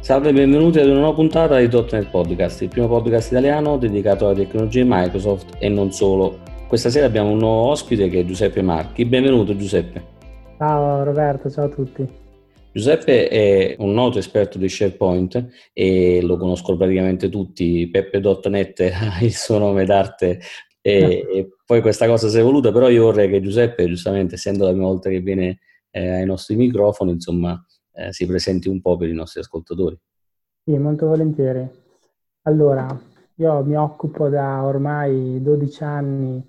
Salve e benvenuti ad una nuova puntata di .NET Podcast, il primo podcast italiano dedicato alle tecnologie Microsoft e non solo. Questa sera abbiamo un nuovo ospite che è Giuseppe Marchi. Benvenuto Giuseppe. Ciao Roberto, ciao a tutti. Giuseppe è un noto esperto di SharePoint e lo conoscono praticamente tutti. Peppe.net ha il suo nome d'arte e poi questa cosa si è evoluta, però io vorrei che Giuseppe, giustamente essendo la prima volta che viene ai nostri microfoni, insomma, si presenti un po' per i nostri ascoltatori. Sì, molto volentieri. Allora, io mi occupo da ormai 12 anni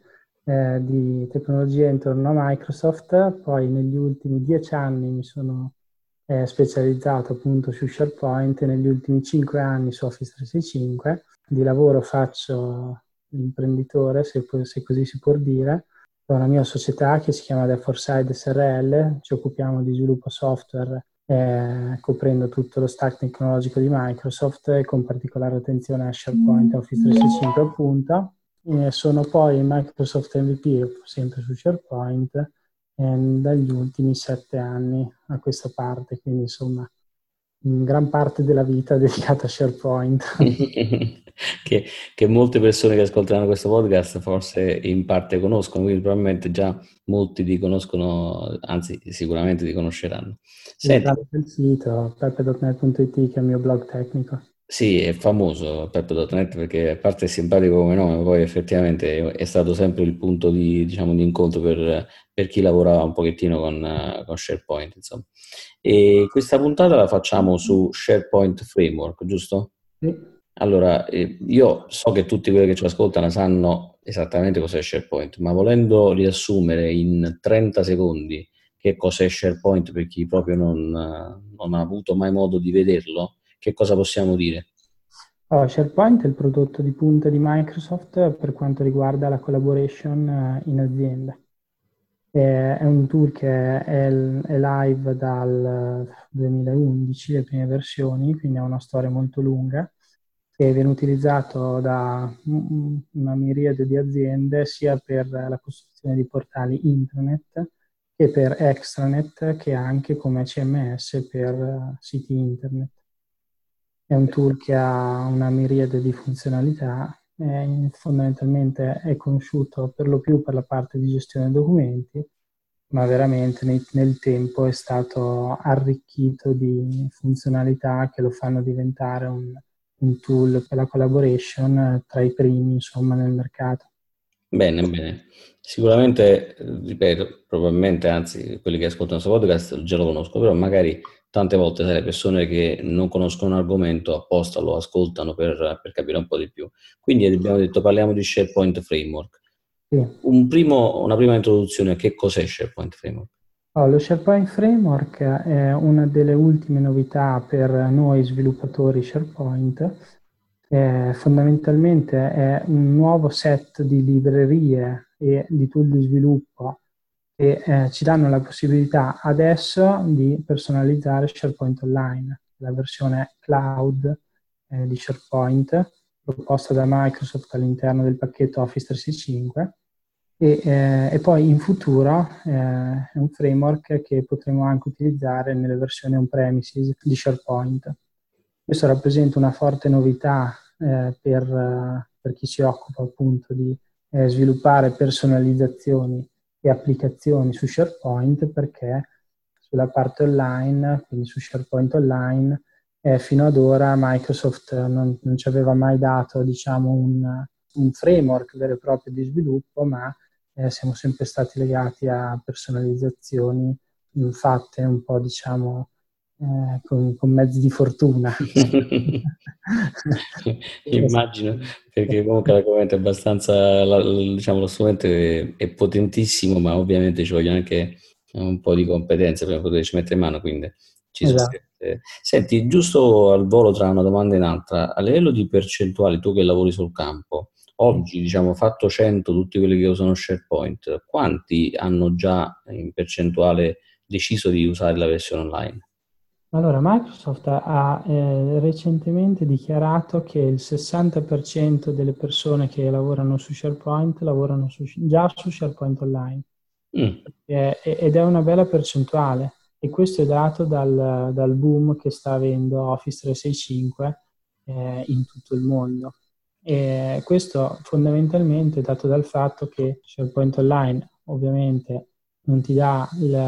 di tecnologia intorno a Microsoft, poi negli ultimi 10 anni mi sono specializzato appunto su SharePoint e negli ultimi 5 anni su Office 365. Di lavoro faccio l'imprenditore, se così si può dire. Ho una mia società che si chiama The Forside SRL, ci occupiamo di sviluppo software coprendo tutto lo stack tecnologico di Microsoft e con particolare attenzione a SharePoint e Office 365 appunto. Sono poi Microsoft MVP sempre su SharePoint dagli ultimi 7 anni a questa parte, quindi insomma gran parte della vita dedicata a SharePoint. che, che molte persone che ascolteranno questo podcast forse in parte conoscono, quindi probabilmente già molti ti conoscono, anzi sicuramente ti conosceranno. Sì, Senti, tramite il sito peppe.net.it che è il mio blog tecnico. sì, è famoso Peppe.net perché a parte è simpatico come nome, poi effettivamente è stato sempre il punto di, diciamo, di incontro per chi lavorava un pochettino con SharePoint, insomma. E questa puntata la facciamo su SharePoint Framework, giusto? Sì. Allora, io so che tutti quelli che ci ascoltano sanno esattamente cos'è SharePoint, ma volendo riassumere in 30 secondi che cos'è SharePoint per chi proprio non ha avuto mai modo di vederlo, che cosa possiamo dire? SharePoint è il prodotto di punta di Microsoft per quanto riguarda la collaboration in azienda. È un tool che è live dal 2011, le prime versioni, quindi ha una storia molto lunga, che viene utilizzato da una miriade di aziende sia per la costruzione di portali intranet che per extranet, che anche come CMS per siti internet. È un tool che ha una miriade di funzionalità, fondamentalmente è conosciuto per lo più per la parte di gestione documenti, ma veramente nel tempo è stato arricchito di funzionalità che lo fanno diventare un tool per la collaboration tra i primi, insomma, nel mercato. Bene, bene. Sicuramente, ripeto, probabilmente, anzi, quelli che ascoltano questo podcast già lo conosco, però magari tante volte, sai, le persone che non conoscono un argomento apposta lo ascoltano per capire un po' di più. Quindi abbiamo detto parliamo di SharePoint Framework. Sì. Una prima introduzione a che cos'è SharePoint Framework? Lo SharePoint Framework è una delle ultime novità per noi sviluppatori SharePoint. Fondamentalmente è un nuovo set di librerie e di tool di sviluppo che ci danno la possibilità adesso di personalizzare SharePoint Online, la versione cloud di SharePoint proposta da Microsoft all'interno del pacchetto Office 365 e poi in futuro è un framework che potremo anche utilizzare nelle versioni on-premises di SharePoint. Questo rappresenta una forte novità per chi si occupa appunto di sviluppare personalizzazioni e applicazioni su SharePoint, perché sulla parte online, quindi su SharePoint Online, fino ad ora Microsoft non ci aveva mai dato, diciamo, un framework vero e proprio di sviluppo, ma siamo sempre stati legati a personalizzazioni fatte un po', diciamo, con mezzi di fortuna. Immagino, perché comunque l'argomento è abbastanza, diciamo, lo strumento è potentissimo, ma ovviamente ci vogliono anche un po' di competenze per poterci mettere in mano, quindi ci sono Esatto. scritte. Senti, giusto al volo tra una domanda e un'altra, a livello di percentuali, tu che lavori sul campo, oggi, diciamo, fatto 100 tutti quelli che usano SharePoint, quanti hanno già in percentuale deciso di usare la versione online? Allora, Microsoft ha recentemente dichiarato che il 60% delle persone che lavorano su SharePoint già su SharePoint Online. Mm. Ed è una bella percentuale. e questo è dato dal boom che sta avendo Office 365 in tutto il mondo. E questo fondamentalmente è dato dal fatto che SharePoint Online ovviamente non ti dà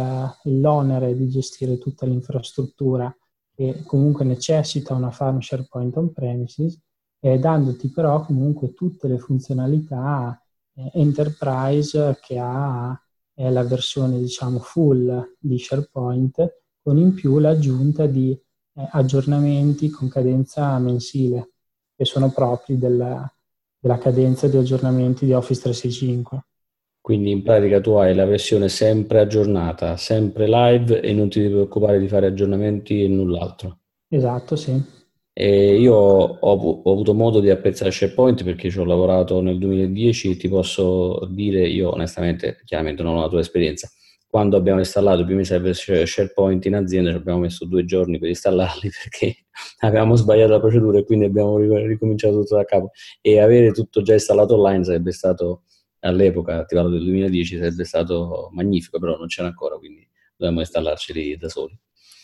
l'onere di gestire tutta l'infrastruttura che comunque necessita una farm SharePoint on-premises, dandoti però comunque tutte le funzionalità enterprise che ha la versione diciamo full di SharePoint, con in più l'aggiunta di aggiornamenti con cadenza mensile, che sono propri della cadenza di aggiornamenti di Office 365. Quindi in pratica tu hai la versione sempre aggiornata, sempre live e non ti devi preoccupare di fare aggiornamenti e null'altro. Esatto, sì. E io ho avuto modo di apprezzare SharePoint perché ci ho lavorato nel 2010 e ti posso dire, io onestamente, chiaramente non ho la tua esperienza, quando abbiamo installato i primi server SharePoint in azienda ci abbiamo messo 2 giorni per installarli perché avevamo sbagliato la procedura e quindi abbiamo ricominciato tutto da capo e avere tutto già installato online sarebbe stato, all'epoca, ti parlo del 2010, sarebbe stato magnifico, però non c'era ancora, quindi dovevamo installarceli da soli.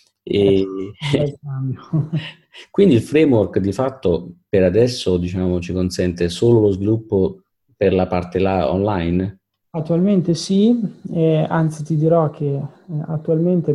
E Un bel cambio. quindi il framework di fatto per adesso diciamo, ci consente solo lo sviluppo per la parte là online. Attualmente sì, anzi ti dirò che attualmente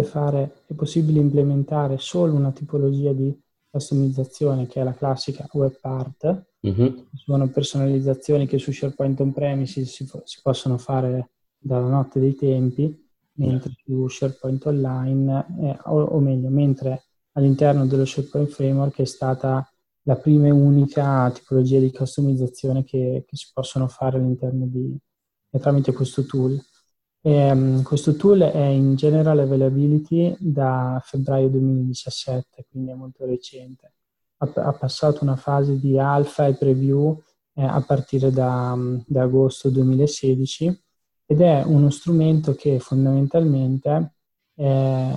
è possibile implementare solo una tipologia di customizzazione che è la classica web part. Mhm. Sono personalizzazioni che su SharePoint on-premises si possono fare dalla notte dei tempi, mentre su SharePoint Online, o meglio, mentre all'interno dello SharePoint Framework è stata la prima e unica tipologia di customizzazione che si possono fare all'interno tramite questo tool. Questo tool è in general availability da febbraio 2017, quindi è molto recente. Ha passato una fase di alfa e preview a partire da agosto 2016 ed è uno strumento che fondamentalmente eh,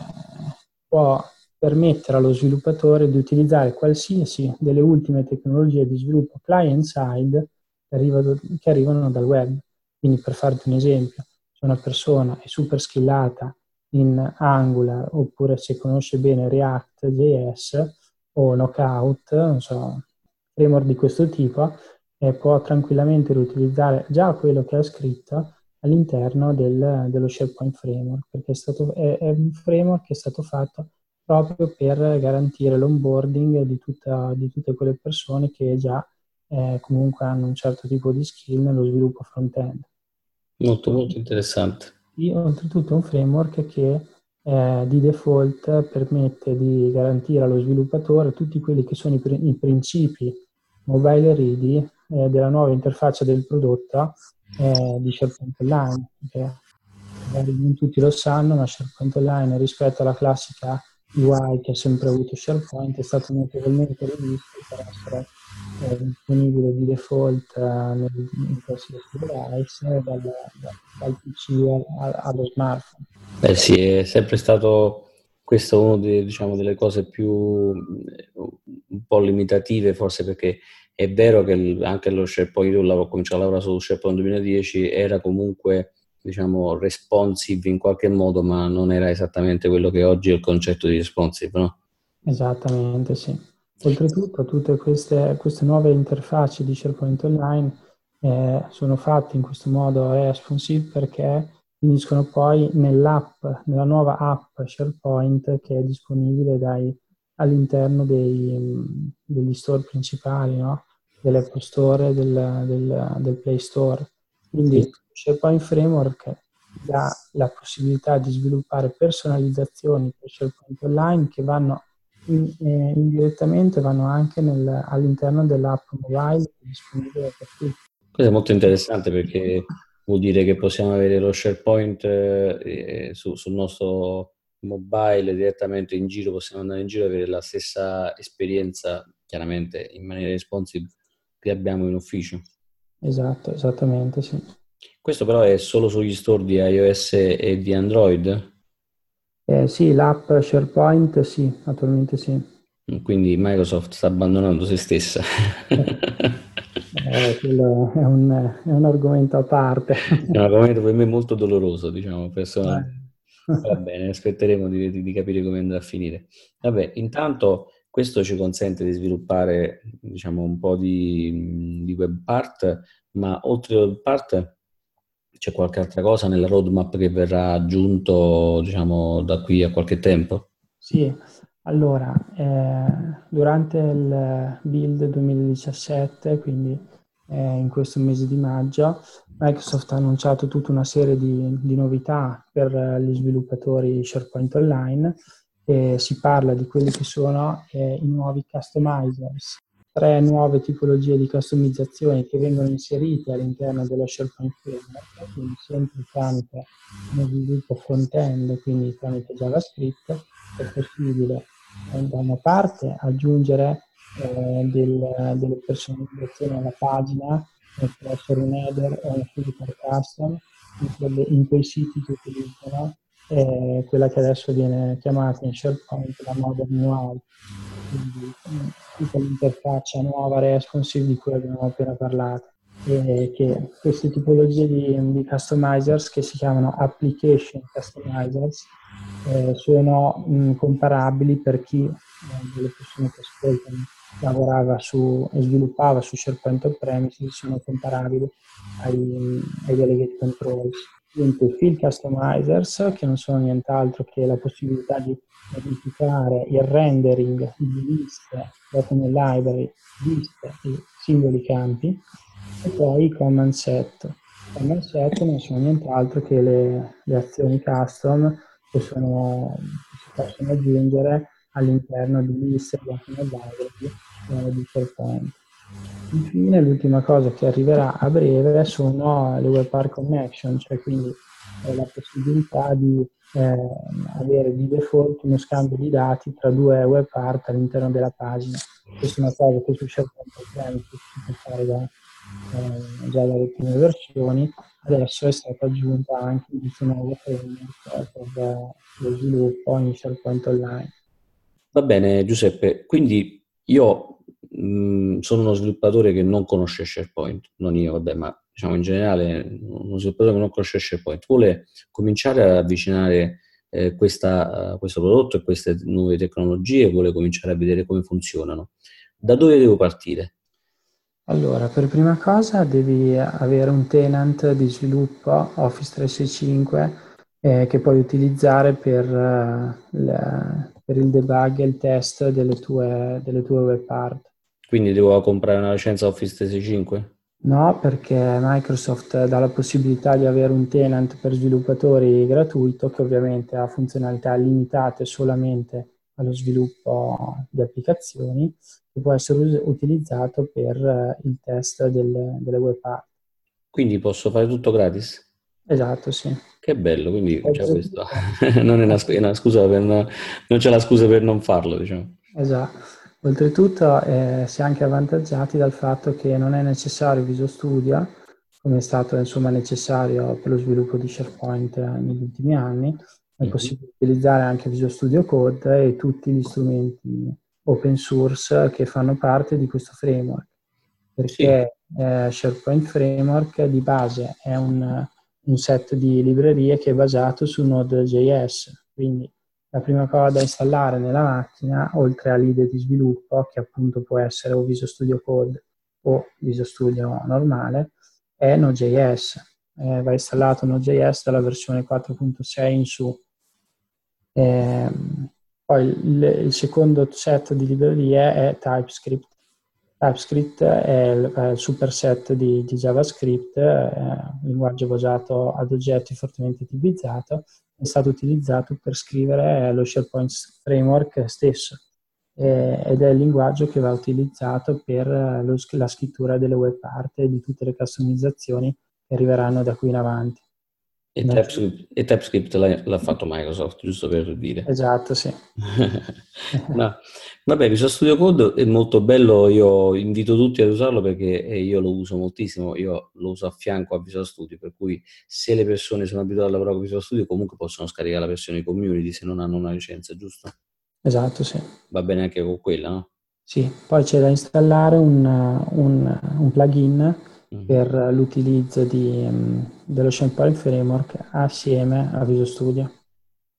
può permettere allo sviluppatore di utilizzare qualsiasi delle ultime tecnologie di sviluppo client-side che arrivano dal web. Quindi per farti un esempio, se una persona è super skillata in Angular oppure se conosce bene React.js o Knockout, non so, framework di questo tipo, può tranquillamente riutilizzare già quello che ha scritto all'interno dello SharePoint Framework, perché è un framework che è stato fatto proprio per garantire l'onboarding di tutte quelle persone che già comunque hanno un certo tipo di skill nello sviluppo front-end. Molto molto interessante. Oltretutto è un framework che di default permette di garantire allo sviluppatore tutti quelli che sono i principi mobile ready della nuova interfaccia del prodotto di SharePoint Online, che magari non tutti lo sanno, ma SharePoint Online rispetto alla classica UI che ha sempre avuto SharePoint è stato notevolmente rivisto per essere disponibile di default in qualsiasi device, dal PC allo smartphone. Beh sì, è sempre stato questo uno diciamo, delle cose più un po' limitative, forse perché è vero che anche lo SharePoint, io ho cominciato a lavorare su SharePoint 2010, era comunque diciamo responsive in qualche modo, ma non era esattamente quello che oggi è il concetto di responsive, no? Esattamente, sì. Oltretutto, tutte queste nuove interfacce di SharePoint Online sono fatte in questo modo responsive perché finiscono poi nella nuova app SharePoint che è disponibile all'interno degli store principali, no? Dell'App Store e del Play Store. Quindi SharePoint Framework dà la possibilità di sviluppare personalizzazioni per SharePoint Online che vanno indirettamente vanno anche all'interno dell'app mobile che è disponibile per tutti. Questo è molto interessante perché vuol dire che possiamo avere lo SharePoint sul nostro mobile direttamente in giro, possiamo andare in giro e avere la stessa esperienza, chiaramente in maniera responsive, che abbiamo in ufficio. Esatto, esattamente, sì. Questo però è solo sugli store di iOS e di Android, Sì, l'app SharePoint, sì, attualmente sì. quindi Microsoft sta abbandonando se stessa. Quello è un argomento a parte. È un argomento per me molto doloroso, diciamo, Eh, personalmente. Va bene, aspetteremo di capire come andrà a finire. Vabbè, intanto questo ci consente di sviluppare, diciamo, un po' di web part, ma oltre al web part c'è qualche altra cosa nella roadmap che verrà aggiunto, diciamo, da qui a qualche tempo? Sì, allora, durante il build 2017, quindi in questo mese di maggio, Microsoft ha annunciato tutta una serie di novità per gli sviluppatori SharePoint Online e si parla di quelli che sono i nuovi customizers, tre nuove tipologie di customizzazioni che vengono inserite all'interno dello SharePoint Framework, quindi sempre tramite uno sviluppo front-end, quindi tramite JavaScript, è possibile da una parte aggiungere delle personalizzazioni alla pagina, come può essere un header o un footer custom, in quei siti che utilizzano quella che adesso viene chiamata in SharePoint la Modern UI, quindi tutta l'interfaccia nuova responsive di cui abbiamo appena parlato. E che queste tipologie di customizers, che si chiamano application customizers, sono comparabili per chi, delle persone che ascoltano, lavorava su e sviluppava su SharePoint on-premises, sono comparabili ai delegate controls. Appunto, i field customizers, che non sono nient'altro che la possibilità di modificare il rendering di liste, document library, liste e singoli campi, e poi i command set. I command set non sono nient'altro che le azioni custom che si possono aggiungere all'interno di liste, document library di SharePoint. Infine, l'ultima cosa che arriverà a breve sono le WebAR connection, cioè quindi la possibilità di avere di default uno scambio di dati tra due web part all'interno della pagina. Questa è una cosa che su SharePoint on-premises si può fare già dalle prime versioni, adesso è stata aggiunta anche in questo nuovo framework per lo sviluppo in SharePoint Online. Va bene, Giuseppe, quindi io sono uno sviluppatore che non conosce SharePoint, non io, vabbè, ma diciamo in generale uno sviluppatore che non conosce SharePoint, vuole cominciare ad avvicinare questo prodotto e queste nuove tecnologie, vuole cominciare a vedere come funzionano. Da dove devo partire? Allora, per prima cosa devi avere un tenant di sviluppo Office 365 che puoi utilizzare per il debug e il test delle tue web part. Quindi devo comprare una licenza Office 365? No, perché Microsoft dà la possibilità di avere un tenant per sviluppatori gratuito che ovviamente ha funzionalità limitate solamente allo sviluppo di applicazioni che può essere utilizzato per il test delle web app. Quindi posso fare tutto gratis? Esatto, sì. Che bello, quindi già questo Oltretutto, non è è una scusa per non c'è la scusa per non farlo, diciamo. esatto. Oltretutto si è anche avvantaggiati dal fatto che non è necessario Visual Studio, come è stato insomma necessario per lo sviluppo di SharePoint negli ultimi anni, è Mhm. possibile utilizzare anche Visual Studio Code e tutti gli strumenti open source che fanno parte di questo framework, Sì, perché SharePoint Framework di base è un set di librerie che è basato su Node.js, quindi la prima cosa da installare nella macchina, oltre all'IDE di sviluppo, che appunto può essere o Visual Studio Code o Visual Studio normale, è Node.js. Va installato Node.js dalla versione 4.6 in su. Poi il secondo set di librerie è TypeScript. TypeScript è il superset di JavaScript, linguaggio basato ad oggetti fortemente tipizzato, è stato utilizzato per scrivere lo SharePoint Framework stesso ed è il linguaggio che va utilizzato per la scrittura delle web part e di tutte le customizzazioni che arriveranno da qui in avanti. E TypeScript l'ha fatto Microsoft, giusto per dire. Esatto, sì. No, vabbè, Visual Studio Code è molto bello, io invito tutti ad usarlo perché io lo uso moltissimo, io lo uso a fianco a Visual Studio, per cui se le persone sono abituate a lavorare con Visual Studio comunque possono scaricare la versione community se non hanno una licenza, giusto? Esatto, sì. Va bene anche con quella, no? Sì, poi c'è da installare un plugin Mhm. per l'utilizzo dello SharePoint Framework assieme a Visual Studio.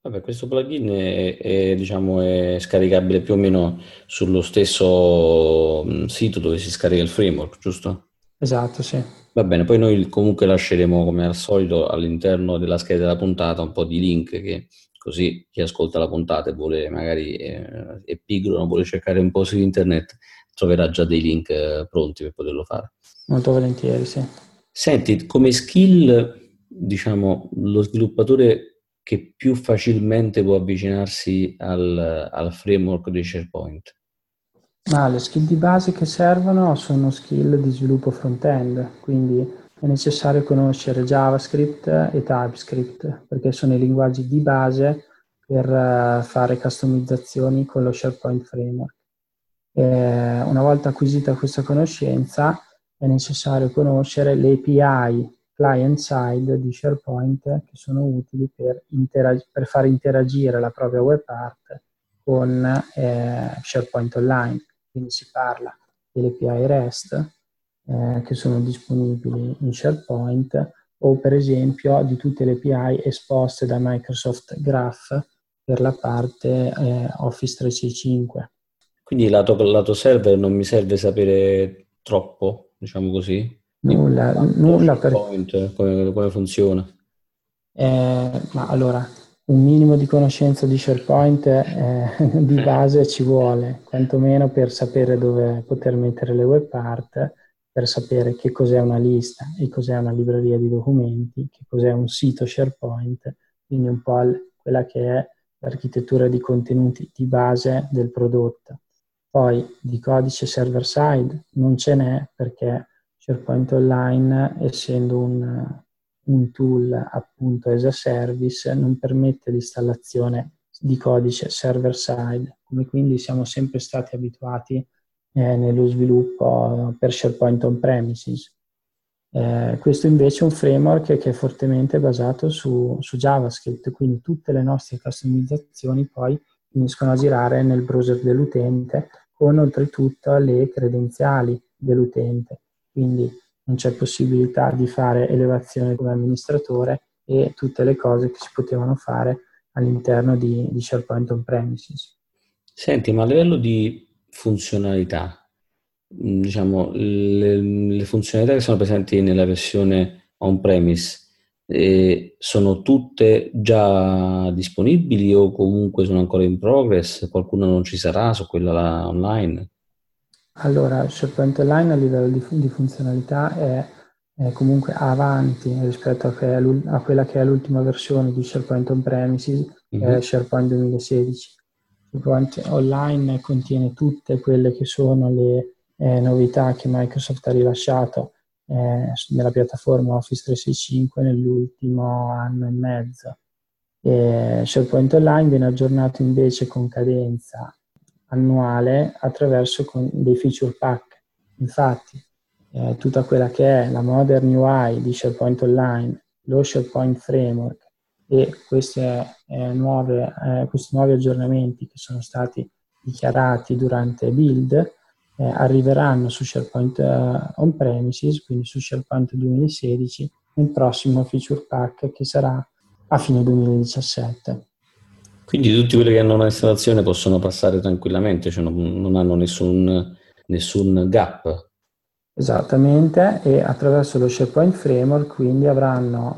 Vabbè, questo plugin diciamo, è scaricabile più o meno sullo stesso sito dove si scarica il framework, giusto? Esatto, sì. Va bene, poi noi comunque lasceremo come al solito all'interno della scheda della puntata un po' di link che così chi ascolta la puntata e vuole magari è pigro, non vuole cercare un po' su internet, troverà già dei link pronti per poterlo fare. Molto volentieri, sì. Senti, come skill, diciamo, lo sviluppatore che più facilmente può avvicinarsi al framework di SharePoint. Ma le skill di base che servono sono skill di sviluppo front-end, quindi è necessario conoscere JavaScript e TypeScript, perché sono i linguaggi di base per fare customizzazioni con lo SharePoint Framework. Una volta acquisita questa conoscenza, è necessario conoscere le API client-side di SharePoint che sono utili per far interagire la propria web app con SharePoint Online. Quindi si parla delle API REST che sono disponibili in SharePoint o per esempio di tutte le API esposte da Microsoft Graph per la parte Office 365. Quindi lato server non mi serve sapere troppo, diciamo così, di quanto Nulla per... SharePoint, come funziona. Ma allora, un minimo di conoscenza di SharePoint di base ci vuole, quantomeno per sapere dove poter mettere le web part, per sapere che cos'è una lista e cos'è una libreria di documenti, che cos'è un sito SharePoint, quindi un po' quella che è l'architettura di contenuti di base del prodotto. Poi di codice server-side non ce n'è perché SharePoint Online, essendo un tool appunto as a service, non permette l'installazione di codice server-side, come quindi siamo sempre stati abituati nello sviluppo per SharePoint on-premises. Questo invece è un framework che è fortemente basato su JavaScript, quindi tutte le nostre customizzazioni poi finiscono a girare nel browser dell'utente con oltretutto le credenziali dell'utente. Quindi non c'è possibilità di fare elevazione come amministratore e tutte le cose che si potevano fare all'interno di SharePoint on-premises. Senti, ma a livello di funzionalità, diciamo, le funzionalità che sono presenti nella versione on-premise, sono tutte già disponibili o comunque sono ancora in progress? Qualcuno non ci sarà su quella là online? Allora, SharePoint Online a livello di funzionalità è comunque avanti rispetto a quella che è l'ultima versione di SharePoint on-premises, che è Mhm. SharePoint 2016. SharePoint Online contiene tutte quelle che sono le novità che Microsoft ha rilasciato nella piattaforma Office 365 nell'ultimo anno e mezzo. SharePoint Online viene aggiornato invece con cadenza annuale attraverso dei feature pack. Infatti, tutta quella che è la Modern UI di SharePoint Online, lo SharePoint Framework e questi nuovi aggiornamenti che sono stati dichiarati durante build arriveranno su SharePoint on-premises, quindi su SharePoint 2016, nel prossimo feature pack che sarà a fine 2017. Quindi tutti quelli che hanno una installazione possono passare tranquillamente, cioè non hanno nessun gap. Esattamente, e attraverso lo SharePoint Framework quindi avranno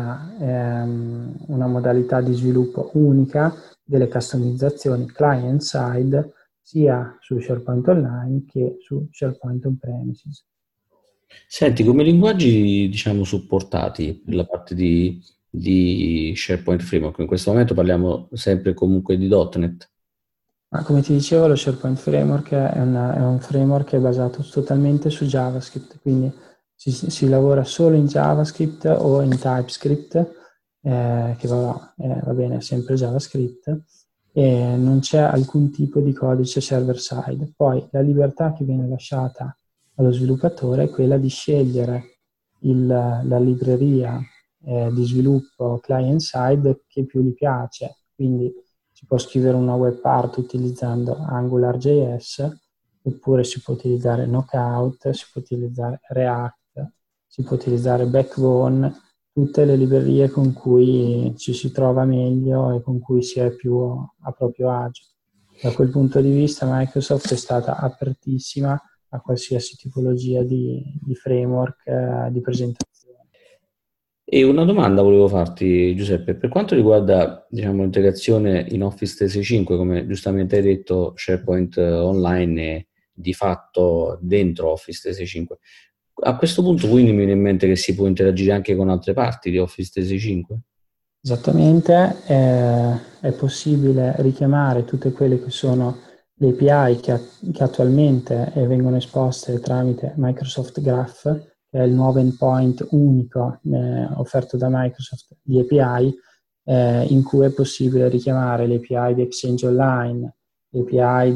una modalità di sviluppo unica delle customizzazioni client-side sia su SharePoint Online che su SharePoint On-Premises. Senti, come linguaggi, diciamo, supportati per la parte di SharePoint Framework? In questo momento parliamo sempre comunque di .NET. Ma come ti dicevo, lo SharePoint Framework è un framework che è basato totalmente su JavaScript, quindi si lavora solo in JavaScript o in TypeScript, che va bene, è sempre JavaScript, e non c'è alcun tipo di codice server-side. Poi la libertà che viene lasciata allo sviluppatore è quella di scegliere la libreria di sviluppo client-side che più gli piace, quindi si può scrivere una web part utilizzando AngularJS, oppure si può utilizzare Knockout, si può utilizzare React, si può utilizzare Backbone, tutte le librerie con cui ci si trova meglio e con cui si è più a proprio agio. Da quel punto di vista Microsoft è stata apertissima a qualsiasi tipologia di framework di presentazione. E una domanda volevo farti, Giuseppe, per quanto riguarda, diciamo, l'integrazione in Office 365, come giustamente hai detto, SharePoint Online è di fatto dentro Office 365. A questo punto quindi mi viene in mente che si può interagire anche con altre parti di Office 365? Esattamente, è possibile richiamare tutte quelle che sono le API che attualmente vengono esposte tramite Microsoft Graph, che è il nuovo endpoint unico offerto da Microsoft di API, in cui è possibile richiamare le API di Exchange Online, le API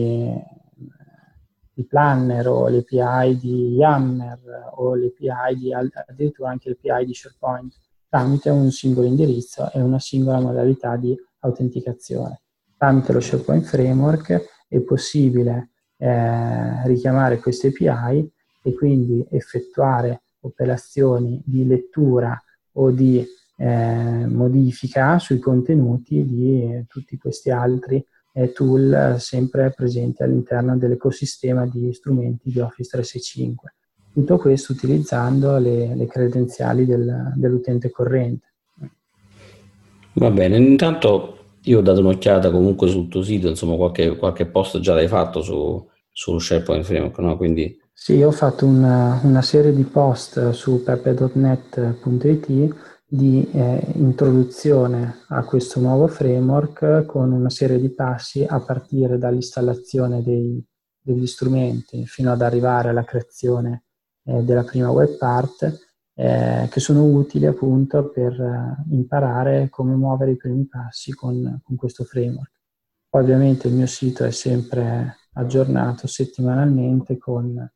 di Planner o le API di Yammer o le API addirittura anche le API di SharePoint, tramite un singolo indirizzo e una singola modalità di autenticazione. Tramite lo SharePoint Framework è possibile richiamare queste API e quindi effettuare operazioni di lettura o di modifica sui contenuti di tutti questi altri tool sempre presenti all'interno dell'ecosistema di strumenti di Office 365. Tutto questo utilizzando le credenziali dell'utente corrente. Va bene, intanto io ho dato un'occhiata comunque sul tuo sito, insomma qualche post già l'hai fatto sullo SharePoint Framework, no? Quindi... Sì, ho fatto una serie di post su pepe.net.it di introduzione a questo nuovo framework con una serie di passi a partire dall'installazione degli strumenti fino ad arrivare alla creazione della prima web part, che sono utili appunto per imparare come muovere i primi passi con questo framework. Poi ovviamente il mio sito è sempre aggiornato settimanalmente con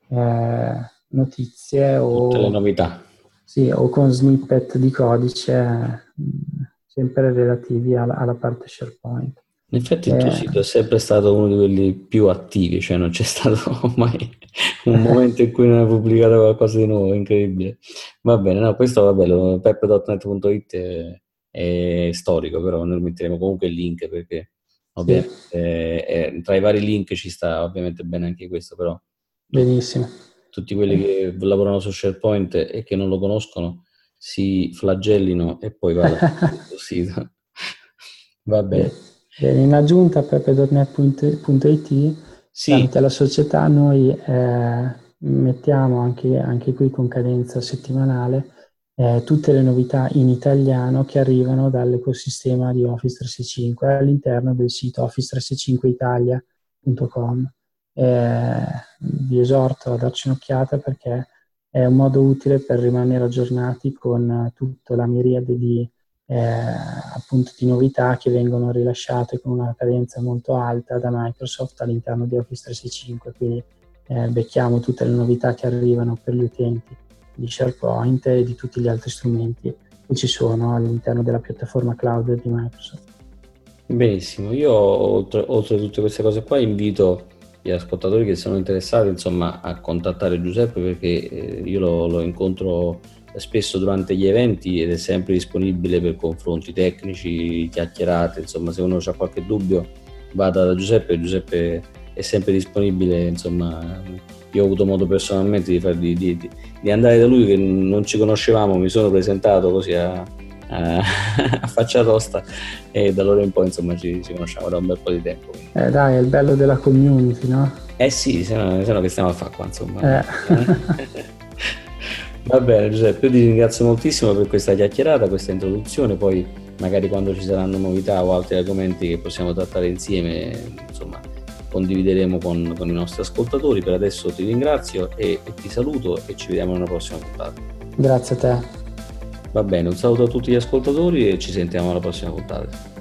notizie tutte le novità. sì, o con snippet di codice sempre relativi alla parte SharePoint. In effetti il tuo sito è sempre stato uno di quelli più attivi, cioè non c'è stato mai un momento in cui non hai pubblicato qualcosa di nuovo, incredibile. Va bene, no, questo vabbè, peppe.net.it è storico, però noi metteremo comunque il link perché ovviamente Sì, tra i vari link ci sta ovviamente bene anche questo, però benissimo. tutti quelli che lavorano su SharePoint e che non lo conoscono si flagellino e poi vadano sul sito. Va bene. Bene, in aggiunta a pepe.net.it, Sì, tramite la società noi mettiamo anche qui con cadenza settimanale tutte le novità in italiano che arrivano dall'ecosistema di Office 365 all'interno del sito office365italia.com. Vi esorto a darci un'occhiata perché è un modo utile per rimanere aggiornati con tutta la miriade appunto di novità che vengono rilasciate con una cadenza molto alta da Microsoft all'interno di Office 365, quindi becchiamo tutte le novità che arrivano per gli utenti di SharePoint e di tutti gli altri strumenti che ci sono all'interno della piattaforma cloud di Microsoft. benissimo. Io oltre a tutte queste cose qua invito gli ascoltatori che sono interessati insomma a contattare Giuseppe perché io lo incontro spesso durante gli eventi ed è sempre disponibile per confronti tecnici, chiacchierate, insomma se uno ha qualche dubbio vada da Giuseppe, Giuseppe è sempre disponibile, insomma io ho avuto modo personalmente di andare da lui che non ci conoscevamo, mi sono presentato così a faccia tosta e da allora in poi insomma ci conosciamo da un bel po' di tempo. Dai, è il bello della community, no? Eh sì, se no che stiamo a fare qua insomma. Va bene Giuseppe, io ti ringrazio moltissimo per questa chiacchierata, questa introduzione, poi magari quando ci saranno novità o altri argomenti che possiamo trattare insieme, insomma, condivideremo con i nostri ascoltatori. Per adesso ti ringrazio e ti saluto e ci vediamo nella prossima puntata. Grazie a te. Va bene, un saluto a tutti gli ascoltatori e ci sentiamo alla prossima puntata.